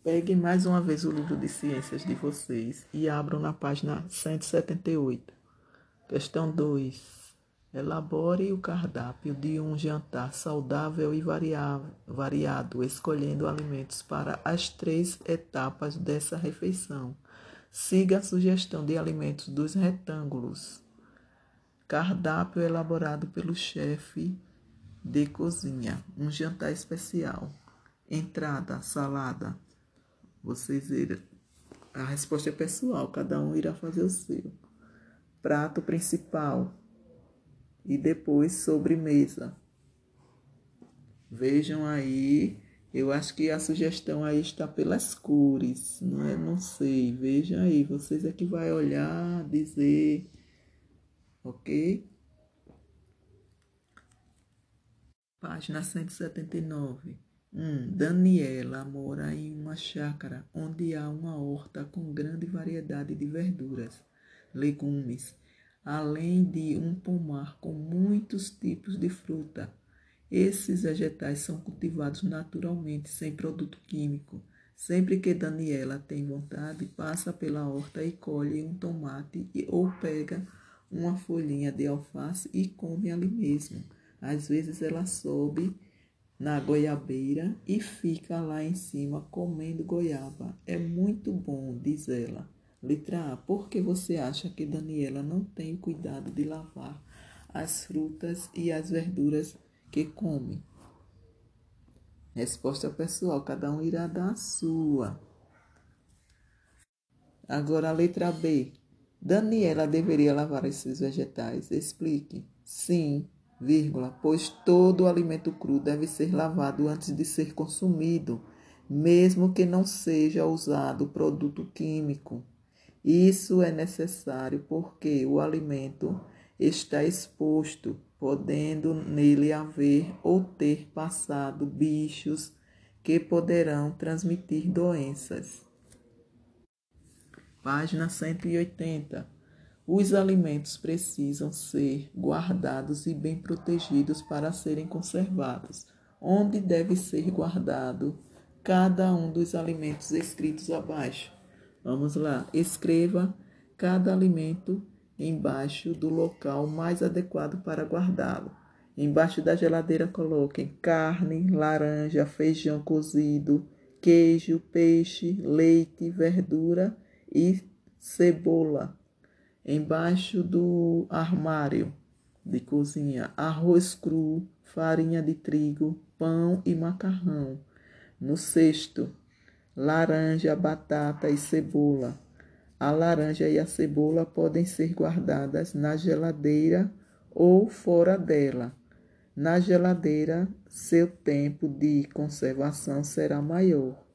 Peguem mais uma vez o livro de ciências de vocês e abram na página 178. Questão 2. Elabore o cardápio de um jantar saudável e variado, escolhendo alimentos para as 3 etapas dessa refeição. Siga a sugestão de alimentos dos retângulos. Cardápio elaborado pelo chefe de cozinha. Um jantar especial. Entrada, salada. Vocês irão. A resposta é pessoal, cada um irá fazer o seu. Prato principal e depois sobremesa. Vejam aí, eu acho que a sugestão aí está pelas cores, não é? Não sei, vejam aí, vocês é que vai olhar, dizer, ok? Página 179. Daniela mora em uma chácara onde há uma horta com grande variedade de verduras, legumes, além de um pomar com muitos tipos de fruta. Esses vegetais são cultivados naturalmente, sem produto químico. Sempre que Daniela tem vontade, passa pela horta e colhe um tomate ou pega uma folhinha de alface e come ali mesmo. Às vezes ela sobe na goiabeira e fica lá em cima comendo goiaba. É muito bom, diz ela. Letra A. Por que você acha que Daniela não tem cuidado de lavar as frutas e as verduras que come? Resposta pessoal, cada um irá dar a sua. Agora a letra B. Daniela deveria lavar esses vegetais. Explique. Sim, vírgula, pois todo alimento cru deve ser lavado antes de ser consumido, mesmo que não seja usado produto químico. Isso é necessário porque o alimento está exposto, podendo nele haver ou ter passado bichos que poderão transmitir doenças. Página 180. Os alimentos precisam ser guardados e bem protegidos para serem conservados. Onde deve ser guardado cada um dos alimentos escritos abaixo? Vamos lá. Escreva cada alimento embaixo do local mais adequado para guardá-lo. Embaixo da geladeira coloquem carne, laranja, feijão cozido, queijo, peixe, leite, verdura e cebola. Embaixo do armário de cozinha, arroz cru, farinha de trigo, pão e macarrão. No cesto, laranja, batata e cebola. A laranja e a cebola podem ser guardadas na geladeira ou fora dela. Na geladeira, seu tempo de conservação será maior.